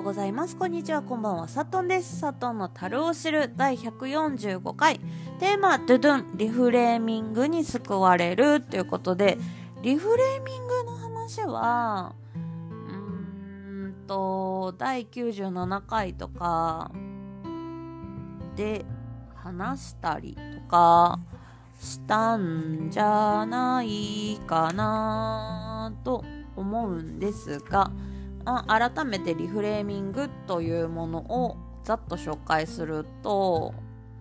うございます。こんにちは、こんばんは、さとんです。さとんの樽を知る第145回。テーマ、ドゥドゥン、リフレーミングに救われるということで、リフレーミングの話は、第97回とかで話したりとかしたんじゃないかなと思うんですが、改めてリフレーミングというものをざっと紹介すると、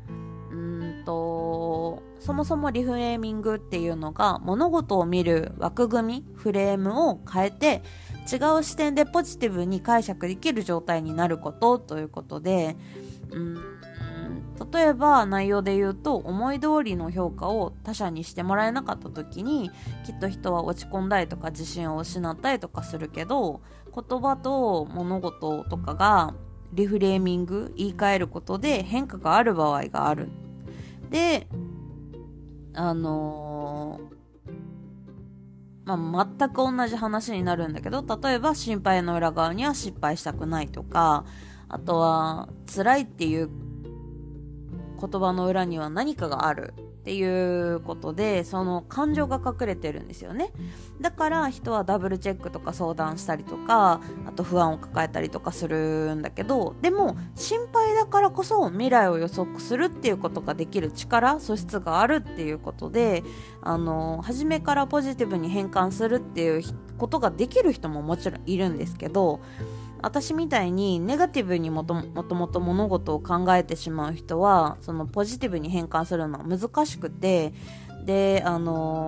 そもそもリフレーミングっていうのが物事を見る枠組み、フレームを変えて違う視点でポジティブに解釈できる状態になることということで、例えば内容で言うと、思い通りの評価を他者にしてもらえなかった時にきっと人は落ち込んだりとか自信を失ったりとかするけど、言葉と物事とかがリフレーミング、言い換えることで変化がある場合がある。で、全く同じ話になるんだけど、例えば心配の裏側には失敗したくないとか、あとは辛いっていう言葉の裏には何かがあるっていうことで、その感情が隠れてるんですよね。だから人はダブルチェックとか相談したりとか、あと不安を抱えたりとかするんだけど、でも心配だからこそ未来を予測するっていうことができる力、素質があるっていうことで、初めからポジティブに変換するっていうことができる人ももちろんいるんですけど、私みたいにネガティブにもともと物事を考えてしまう人は、そのポジティブに変換するのは難しくて、で、そ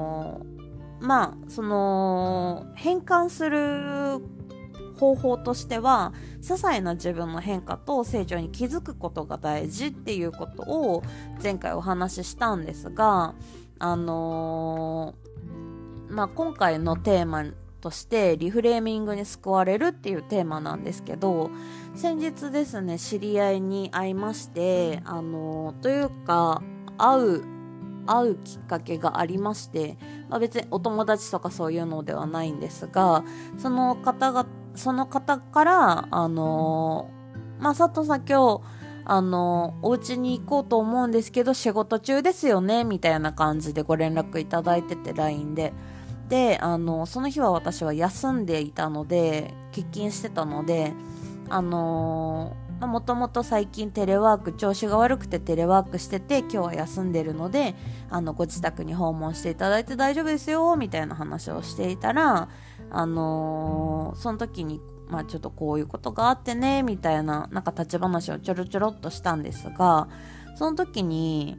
の変換する方法としては、些細な自分の変化と成長に気づくことが大事っていうことを前回お話ししたんですが、今回のテーマとしてリフレーミングに救われるっていうテーマなんですけど、先日ですね、知り合いに会いまして、というか会うきっかけがありまして、別にお友達とかそういうのではないんですが、その方から佐藤さん今日お家に行こうと思うんですけど仕事中ですよねみたいな感じでご連絡いただいてて、 LINE でその日は私は休んでいたので、欠勤してたので、もともと最近テレワーク調子が悪くてテレワークしてて、今日は休んでるのでご自宅に訪問していただいて大丈夫ですよみたいな話をしていたら、その時にちょっとこういうことがあってねみたいな、なんか立ち話をちょろちょろっとしたんですが、その時に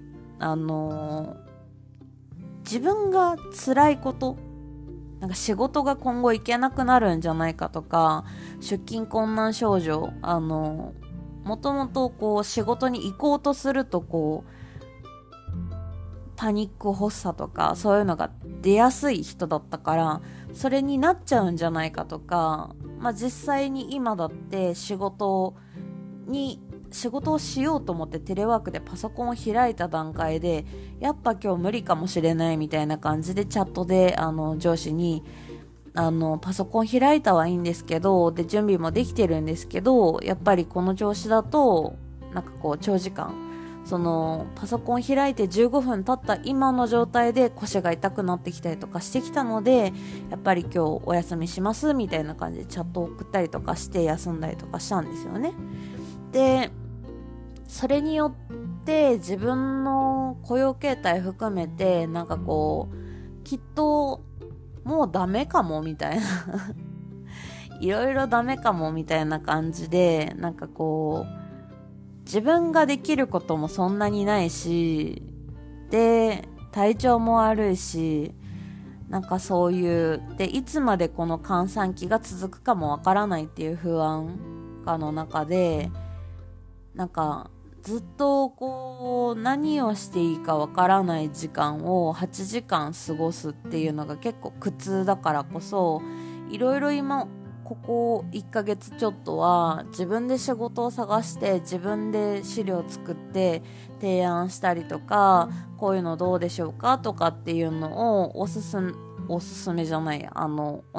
自分が辛いこと、なんか仕事が今後行けなくなるんじゃないかとか、出勤困難症状、もともとこう仕事に行こうとするとこうパニック発作とかそういうのが出やすい人だったから、それになっちゃうんじゃないかとか、実際に今だって仕事をしようと思ってテレワークでパソコンを開いた段階で、やっぱ今日無理かもしれないみたいな感じでチャットで上司にパソコン開いたはいいんですけど、で準備もできてるんですけど、やっぱりこの調子だとなんかこう長時間そのパソコン開いて15分経った今の状態で腰が痛くなってきたりとかしてきたので、やっぱり今日お休みしますみたいな感じでチャットを送ったりとかして休んだりとかしたんですよね。でそれによって自分の雇用形態含めて、なんかこうきっともうダメかもみたいないろいろダメかもみたいな感じで、なんかこう自分ができることもそんなにないし、で体調も悪いし、なんかそういうでいつまでこの閑散期が続くかもわからないっていう不安感の中で、なんかずっとこう何をしていいかわからない時間を8時間過ごすっていうのが結構苦痛だからこそ、いろいろ今ここ1ヶ月ちょっとは自分で仕事を探して自分で資料作って提案したりとか、こういうのどうでしょうかとかっていうのをおすすめじゃない提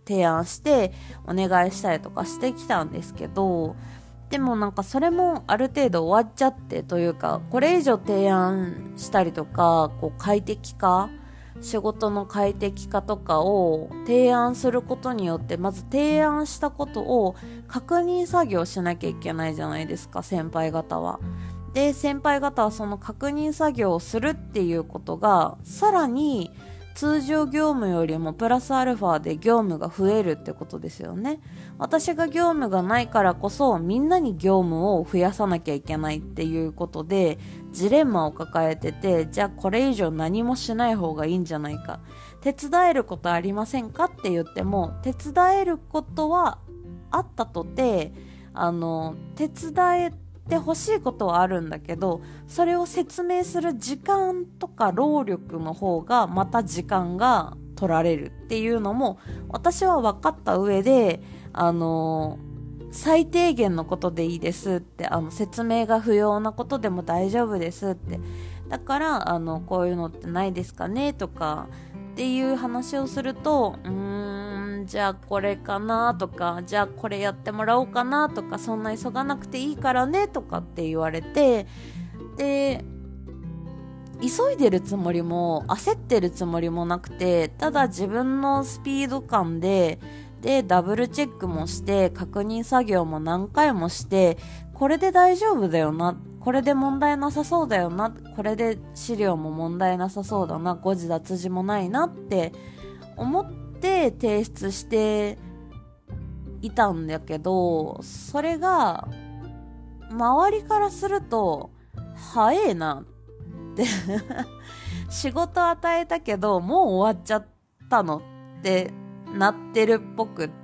提案してお願いしたりとかしてきたんですけど、でもなんかそれもある程度終わっちゃってというか、これ以上提案したりとか、こう快適化、仕事の快適化とかを提案することによって、まず提案したことを確認作業しなきゃいけないじゃないですか、先輩方は。で、先輩方はその確認作業をするっていうことが、さらに通常業務よりもプラスアルファで業務が増えるってことですよね。私が業務がないからこそみんなに業務を増やさなきゃいけないっていうことでジレンマを抱えてて、じゃあこれ以上何もしない方がいいんじゃないか、手伝えることありませんかって言っても、手伝えることはあったとて、手伝えて欲しいことはあるんだけど、それを説明する時間とか労力の方がまた時間が取られるっていうのも私は分かった上で、最低限のことでいいですって、説明が不要なことでも大丈夫ですって、だからこういうのってないですかねとかっていう話をすると、じゃあこれかなとか、じゃあこれやってもらおうかなとか、そんな急がなくていいからねとかって言われて、で急いでるつもりも焦ってるつもりもなくて、ただ自分のスピード感でダブルチェックもして確認作業も何回もして、これで大丈夫だよな、これで問題なさそうだよな、これで資料も問題なさそうだな、誤字脱字もないなって思って提出していたんだけど、それが周りからすると早えなって仕事与えたけどもう終わっちゃったのってなってるっぽくって、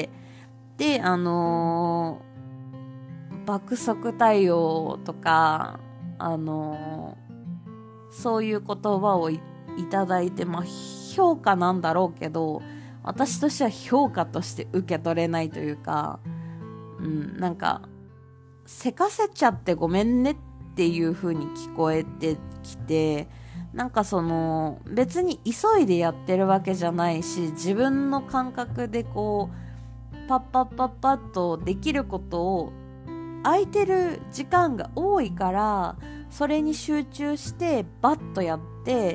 で爆速対応とかそういう言葉をいただいて、評価なんだろうけど、私としては評価として受け取れないというか、なんかせかせちゃってごめんねっていう風に聞こえてきて、なんか別に急いでやってるわけじゃないし、自分の感覚でこうパッパッパッパッとできることを、空いてる時間が多いからそれに集中してバッとやって、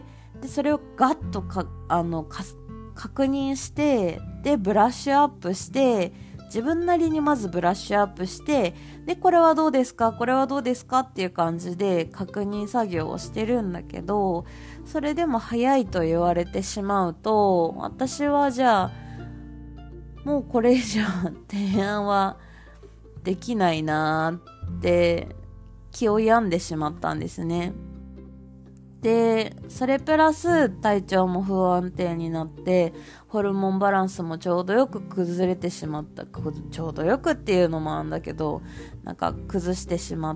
でそれをガッと確認して、でブラッシュアップして、自分なりにまずブラッシュアップして、でこれはどうですか、これはどうですかっていう感じで確認作業をしてるんだけど、それでも早いと言われてしまうと、私はじゃあもうこれ以上提案はできないなって気を病んでしまったんですね。でそれプラス体調も不安定になって、ホルモンバランスもちょうどよく崩れてしまった。ちょうどよくっていうのもあるんだけど、なんか崩してしまって、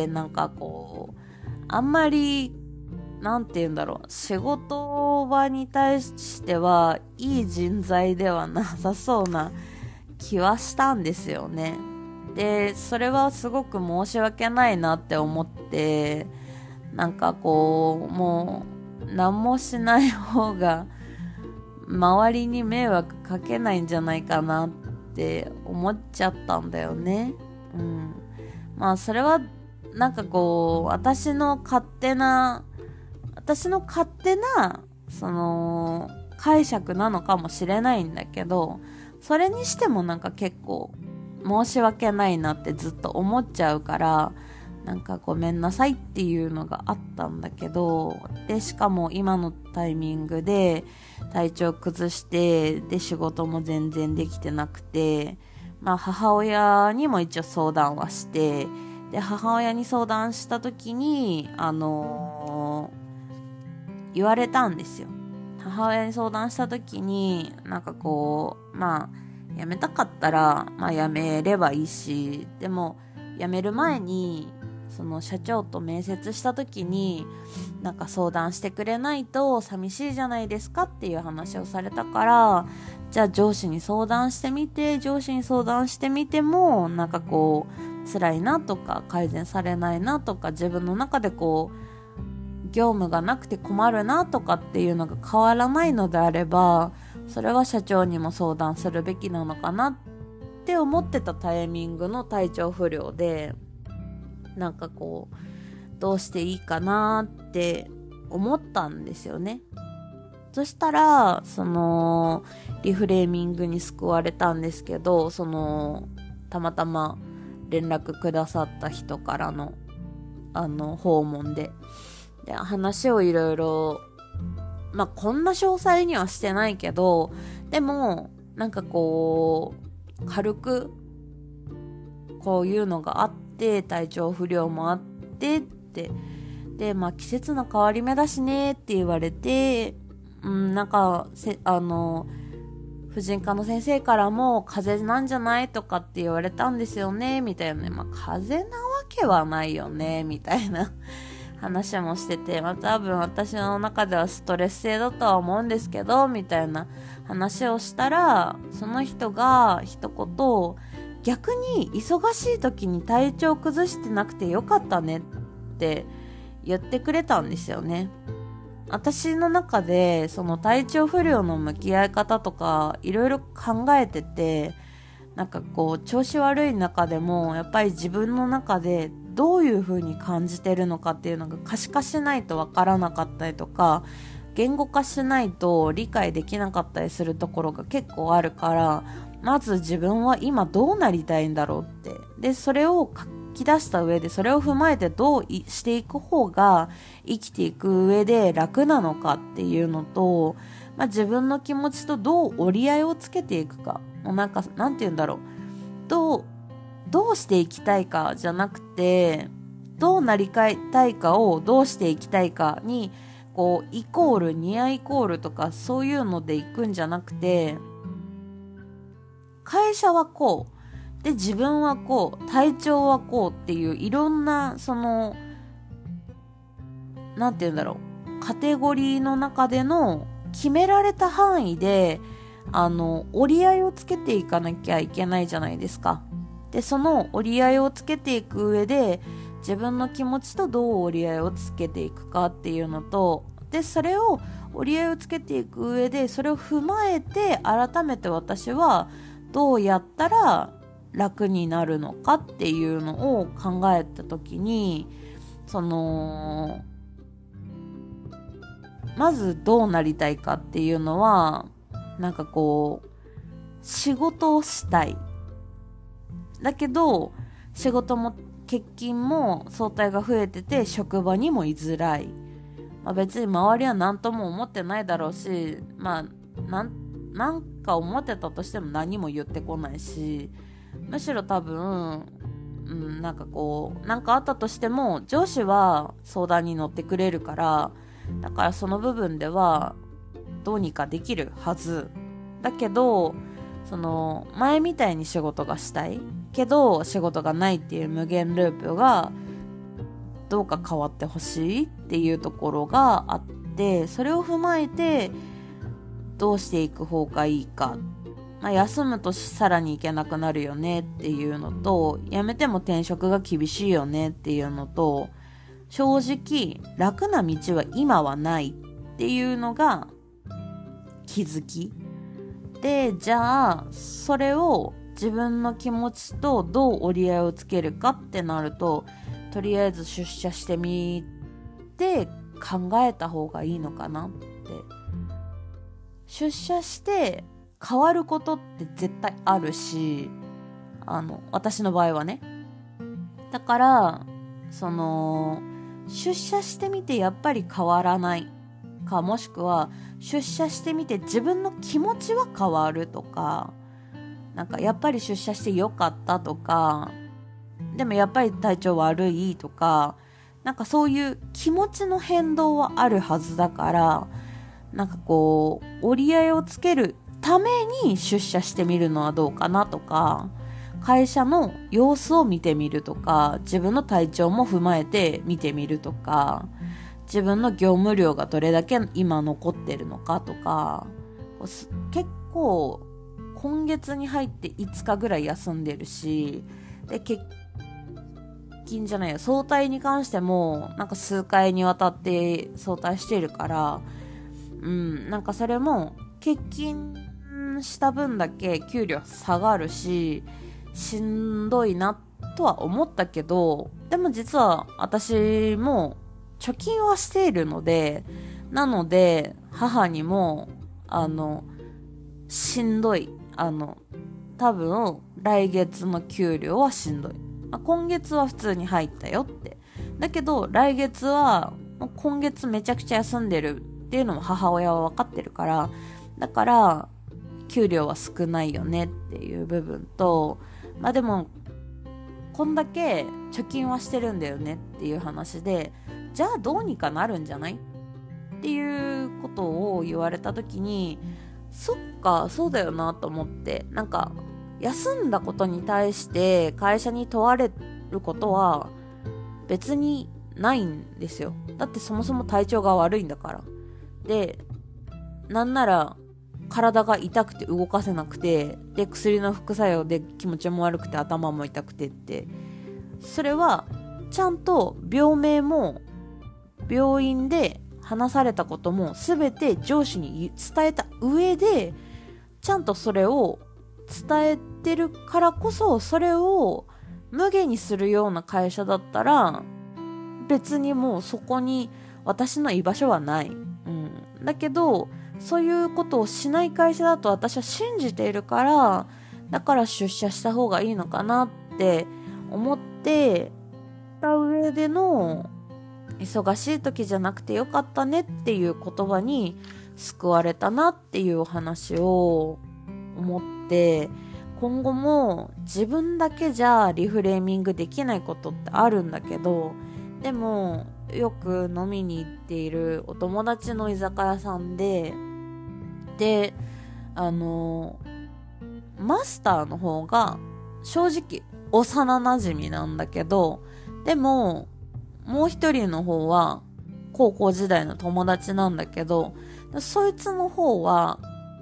なんかこうあんまりなんて言うんだろう、仕事場に対してはいい人材ではなさそうな気はしたんですよね。でそれはすごく申し訳ないなって思って、なんかこうもう何もしない方が周りに迷惑かけないんじゃないかなって思っちゃったんだよね。それはなんかこう私の勝手なその解釈なのかもしれないんだけど、それにしてもなんか結構申し訳ないなってずっと思っちゃうから、なんかごめんなさいっていうのがあったんだけど、でしかも今のタイミングで体調崩して、で仕事も全然できてなくて、母親にも一応相談はして、で母親に相談した時に言われたんですよ。母親に相談した時になんかこう辞めたかったら辞めればいいし、でも辞める前にその社長と面接した時になんか相談してくれないと寂しいじゃないですかっていう話をされたから、じゃあ上司に相談してみて、上司に相談してみてもなんかこう辛いなとか改善されないなとか、自分の中でこう業務がなくて困るなとかっていうのが変わらないのであれば、 それは社長にも相談するべきなのかなって思ってたタイミングの体調不良で、なんかこうどうしていいかなって思ったんですよね。そしたらそのリフレーミングに救われたんですけど、そのたまたま連絡くださった人からの訪問で話をいろいろ、こんな詳細にはしてないけど、でもなんかこう軽くこういうのがあって、体調不良もあってってで、季節の変わり目だしねって言われて、なんか婦人科の先生からも風邪なんじゃないとかって言われたんですよねみたいなね。風邪なわけはないよねみたいな話もしてて、多分私の中ではストレス性だとは思うんですけどみたいな話をしたら、その人が一言、逆に忙しい時に体調崩してなくてよかったねって言ってくれたんですよね。私の中でその体調不良の向き合い方とかいろいろ考えてて、なんかこう調子悪い中でもやっぱり自分の中でどういう風に感じてるのかっていうのが可視化しないとわからなかったりとか、言語化しないと理解できなかったりするところが結構あるから、まず自分は今どうなりたいんだろうって、でそれを書き出した上でそれを踏まえてどうしていく方が生きていく上で楽なのかっていうのと、自分の気持ちとどう折り合いをつけていくか、なんて言うんだろう、どうしていきたいかじゃなくて、どうなりたいかをどうしていきたいかにこうイコールニアイコールとかそういうのでいくんじゃなくて、会社はこうで自分はこう、体調はこうっていういろんなそのなんて言うんだろう、カテゴリーの中での決められた範囲で折り合いをつけていかなきゃいけないじゃないですか。でその折り合いをつけていく上で自分の気持ちとどう折り合いをつけていくかっていうのと、でそれを折り合いをつけていく上でそれを踏まえて改めて私はどうやったら楽になるのかっていうのを考えた時に、まずどうなりたいかっていうのは、なんかこう仕事をしたい、だけど仕事も欠勤も相対が増えてて職場にも居づらい、別に周りは何とも思ってないだろうし、なんか思ってたとしても何も言ってこないし、むしろ多分なんかあったとしても上司は相談に乗ってくれるから、だからその部分ではどうにかできるはずだけど、その前みたいに仕事がしたいけど仕事がないっていう無限ループがどうか変わってほしいっていうところがあって、それを踏まえてどうしていく方がいいか、休むとさらに行けなくなるよねっていうのと、辞めても転職が厳しいよねっていうのと、正直楽な道は今はないっていうのが気づきで、じゃあそれを自分の気持ちとどう折り合いをつけるかってなると、とりあえず出社してみて考えた方がいいのかなって。出社して変わることって絶対あるし、私の場合はね、だから出社してみてやっぱり変わらないか、もしくは出社してみて自分の気持ちは変わるとか、なんかやっぱり出社してよかったとか、でもやっぱり体調悪いとか、なんかそういう気持ちの変動はあるはずだから、なんか折り合いをつけるために出社してみるのはどうかなとか、会社の様子を見てみるとか、自分の体調も踏まえて見てみるとか、自分の業務量がどれだけ今残ってるのかとか、結構今月に入って5日ぐらい休んでるし、で早退に関してもなんか数回にわたって早退してるから、なんかそれも欠勤した分だけ給料下がるし、しんどいなとは思ったけど、でも実は私も貯金はしているので、なので母にもしんどい、多分来月の給料はしんどい、今月は普通に入ったよって、だけど来月は今月めちゃくちゃ休んでるっていうのも母親は分かってるから、だから給料は少ないよねっていう部分と、でもこんだけ貯金はしてるんだよねっていう話で、じゃあどうにかなるんじゃないっていうことを言われた時に、そっかそうだよなと思って、なんか休んだことに対して会社に問われることは別にないんですよ。だってそもそも体調が悪いんだから。で、なんなら体が痛くて動かせなくて、で薬の副作用で気持ちも悪くて頭も痛くてって、それはちゃんと病名も病院で話されたことも全て上司に伝えた上で、ちゃんとそれを伝えてるからこそ、それを無限にするような会社だったら別にもうそこに私の居場所はない、だけどそういうことをしない会社だと私は信じているから、だから出社した方がいいのかなって思ってた上での、忙しい時じゃなくてよかったねっていう言葉に救われたなっていうお話を思って、今後も自分だけじゃリフレーミングできないことってあるんだけど、でもよく飲みに行っているお友達の居酒屋さんでマスターの方が正直幼馴染なんだけど、でももう一人の方は高校時代の友達なんだけど、そいつの方は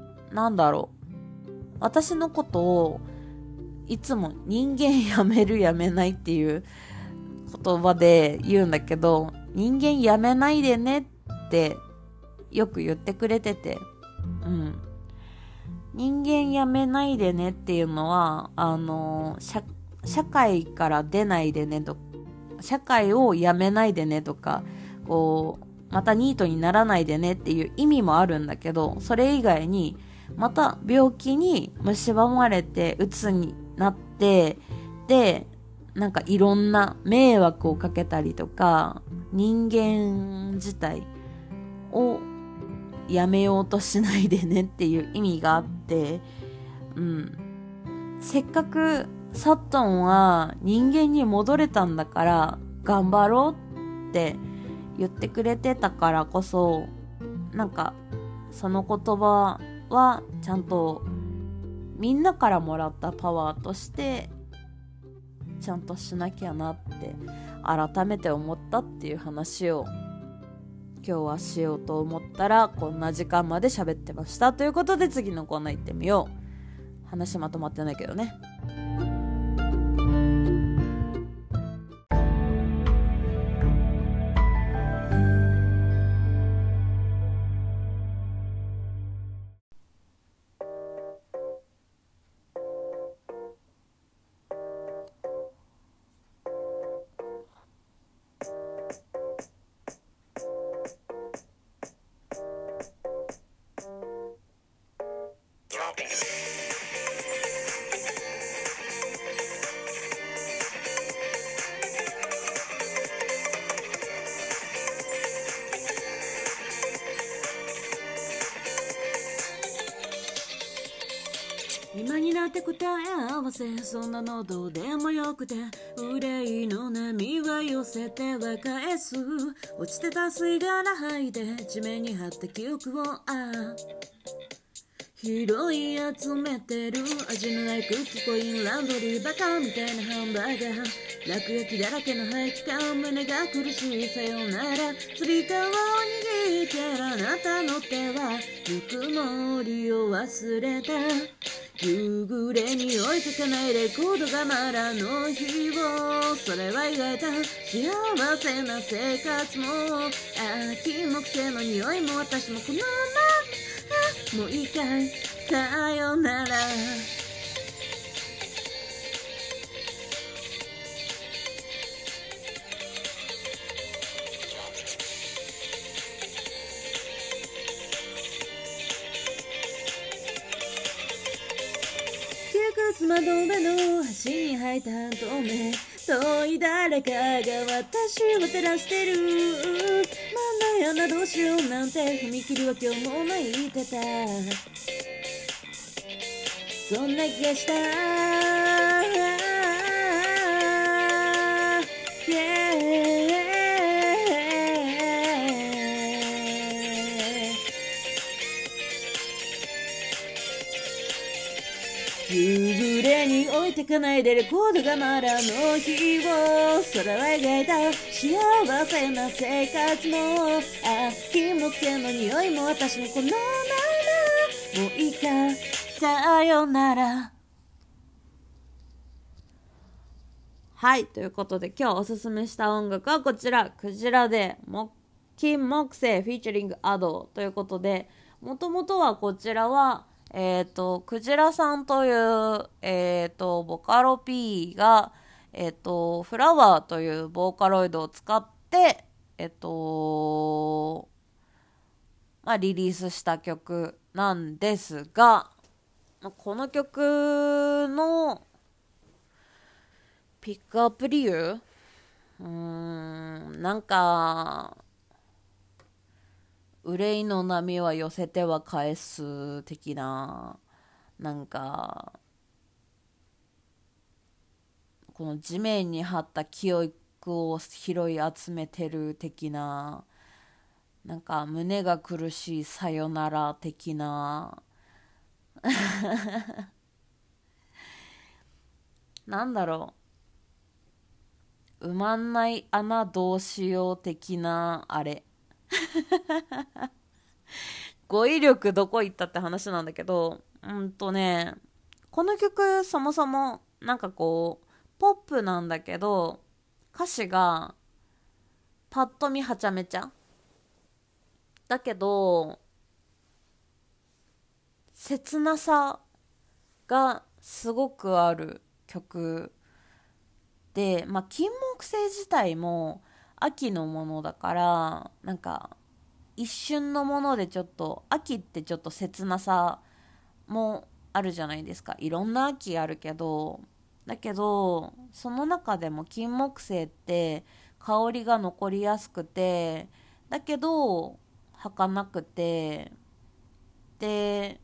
私のことをいつも人間やめるやめないっていう言葉で言うんだけど、人間やめないでねってよく言ってくれてて、人間やめないでねっていうのは社会から出ないでねと、社会をやめないでねとか、またニートにならないでねっていう意味もあるんだけど、それ以外にまた病気に蝕まれて鬱になって、でなんかいろんな迷惑をかけたりとか、人間自体をやめようとしないでねっていう意味があって、せっかくサットンは人間に戻れたんだから頑張ろうって言ってくれてたからこそ、なんかその言葉はちゃんとみんなからもらったパワーとしてちゃんとしなきゃなって改めて思ったっていう話を今日はしようと思ったら、こんな時間まで喋ってました。ということで次のコーナー行ってみよう。話まとまってないけどね。今になって答え合わせ、そんなのどうでもよくて、憂いの波は寄せては返す、落ちてた吸い殻吐いて地面に張った記憶を拾い集めてる、味のないクッキーコインランドリー、バカみたいなハンバーガー、落書きだらけの排気管、胸が苦しいさよなら、つり革を握ってるあなたの手はぬくもりを忘れた、夕暮れに置いてかないレコードがまだの日を、それは描いた幸せな生活も、金木犀の匂いも私もこのままもう一回さよなら。窮屈窓辺の端に入った半透明、遠い誰かが私を照らしてる。まだやなどうしようなんて踏切は今日も泣いてた。そんな気がした、夕暮れに置いてかないでレコードがまだの日を空は描いた幸せな生活も、金木犀の匂いも私のこのまま、もういいかさよなら。はい、ということで今日おすすめした音楽はこちら、クジラで金木犀フィーチャリングアドということで、もともとはこちらはクジラさんという、ボカロ P が、フラワーというボーカロイドを使って、リリースした曲なんですが、この曲のピックアップ理由、なんか、憂いの波は寄せては返す的な、なんかこの地面に張った記憶を拾い集めてる的な、なんか胸が苦しいさよなら的ななんだろう、埋まんない穴どうしよう的な、あれ語彙力どこ行ったって話なんだけど、この曲そもそもなんかこうポップなんだけど、歌詞がパッと見はちゃめちゃだけど切なさがすごくある曲で、金木犀自体も秋のものだから、なんか一瞬のものでちょっと、秋ってちょっと切なさもあるじゃないですか。いろんな秋あるけど、だけどその中でも金木犀って香りが残りやすくて、だけど儚くて、で、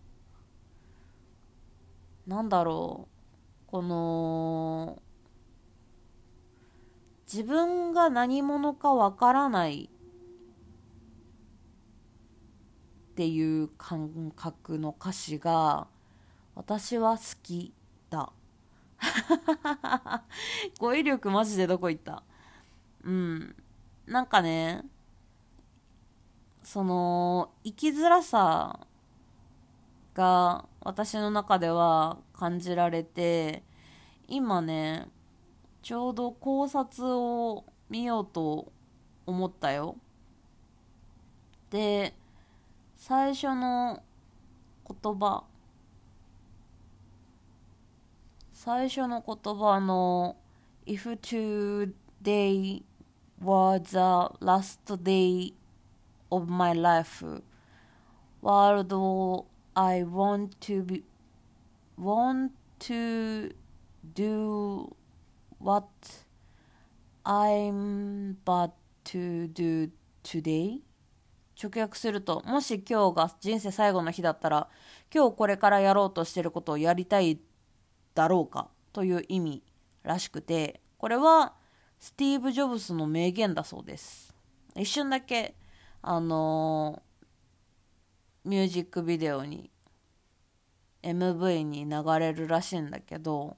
なんだろう、この自分が何者かわからないっていう感覚の歌詞が私は好きだ。語彙力マジでどこ行った。なんかね、その生きづらさが私の中では感じられて、今ねちょうど考察を見ようと思ったよ。で、最初の言葉の If today was the last day of my life, world I want to do what I'm about to do today。 直訳すると、もし今日が人生最後の日だったら、今日これからやろうとしていることをやりたいだろうかという意味らしくて、これはスティーブ・ジョブズの名言だそうです。一瞬だけミュージックビデオに MV に流れるらしいんだけど、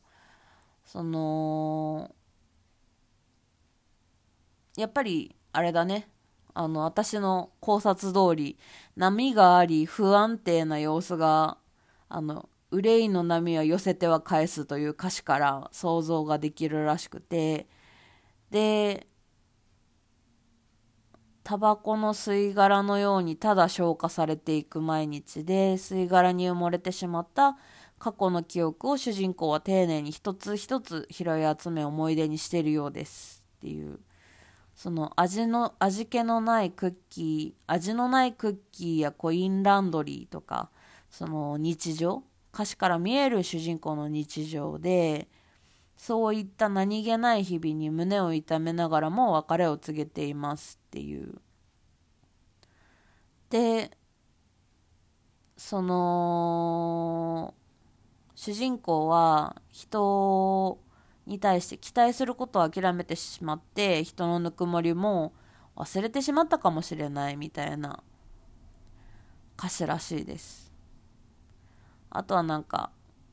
やっぱりあれだね、私の考察通り波があり不安定な様子が、憂いの波は寄せては返すという歌詞から想像ができるらしくて、でタバコの吸い殻のようにただ消化されていく毎日で、吸い殻に埋もれてしまった過去の記憶を主人公は丁寧に一つ一つ拾い集め思い出にしているようですっていう、その味気のないクッキー、味のないクッキーやコインランドリーとか、その日常、歌詞から見える主人公の日常で、そういった何気ない日々に胸を痛めながらも別れを告げていますっていう。で、その主人公は人に対して期待することを諦めてしまって、人のぬくもりも忘れてしまったかもしれないみたいな歌詞らしいです。あとはなんか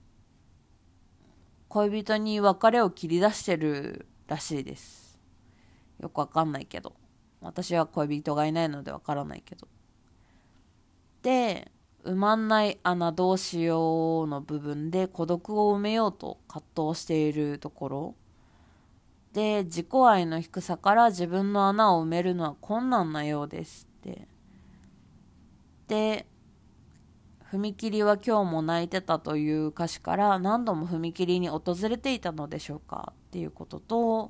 恋人に別れを切り出してるらしいです。よくわかんないけど、私は恋人がいないのでわからないけど。で、埋まんない穴どうしようの部分で孤独を埋めようと葛藤しているところで、自己愛の低さから自分の穴を埋めるのは困難なようですって。で、踏切は今日も泣いてたという歌詞から、何度も踏切に訪れていたのでしょうかっていうことと、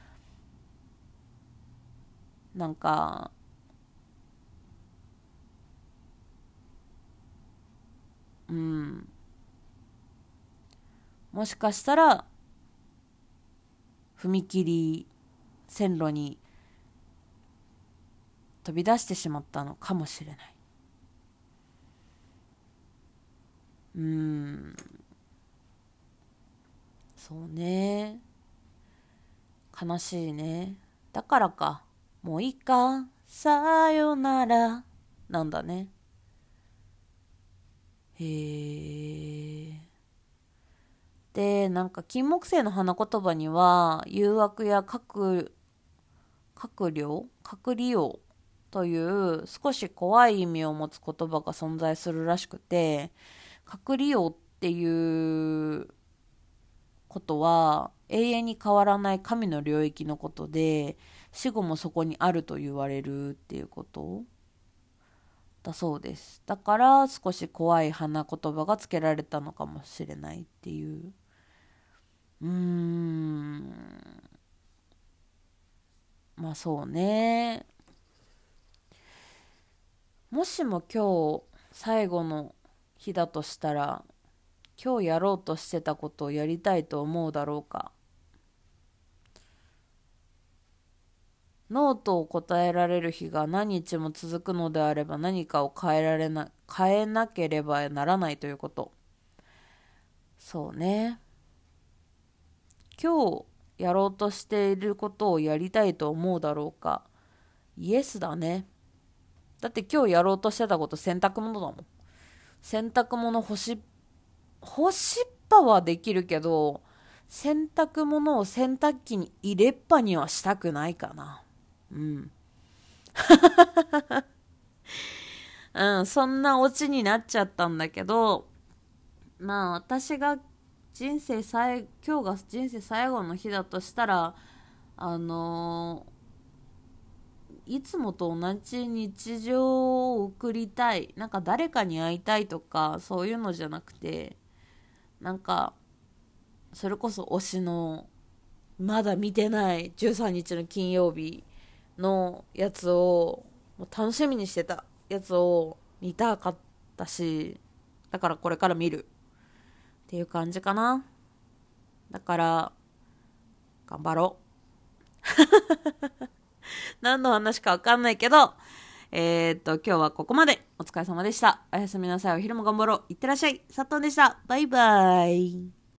なんかもしかしたら踏切線路に飛び出してしまったのかもしれない。そうね、悲しいね。だからか、もういいか、さよならなんだね。へえ。で、なんか金木犀の花言葉には誘惑や隔離用という少し怖い意味を持つ言葉が存在するらしくて、隔離用っていうことは永遠に変わらない神の領域のことで、死後もそこにあると言われるっていうことだそうです。だから少し怖い花言葉がつけられたのかもしれないっていう。まあそうね。もしも今日最後の日だとしたら、今日やろうとしてたことをやりたいと思うだろうか。ノートを答えられる日が何日も続くのであれば、何かを変えなければならないということ。そうね。今日やろうとしていることをやりたいと思うだろうか。イエスだね。だって今日やろうとしてたこと洗濯物だもん。洗濯物干しっぱはできるけど、洗濯物を洗濯機に入れっぱにはしたくないかな。そんなオチになっちゃったんだけど、まあ私が今日が人生最後の日だとしたら、いつもと同じ日常を送りたい。なんか誰かに会いたいとか、そういうのじゃなくて、なんか、それこそ推しの、まだ見てない13日の金曜日のやつを、もう楽しみにしてたやつを見たかったし、だからこれから見るっていう感じかな。だから、頑張ろう。何の話かわかんないけど、今日はここまで。お疲れ様でした。おやすみなさい。お昼も頑張ろう。いってらっしゃい。佐藤でした。バイバイ。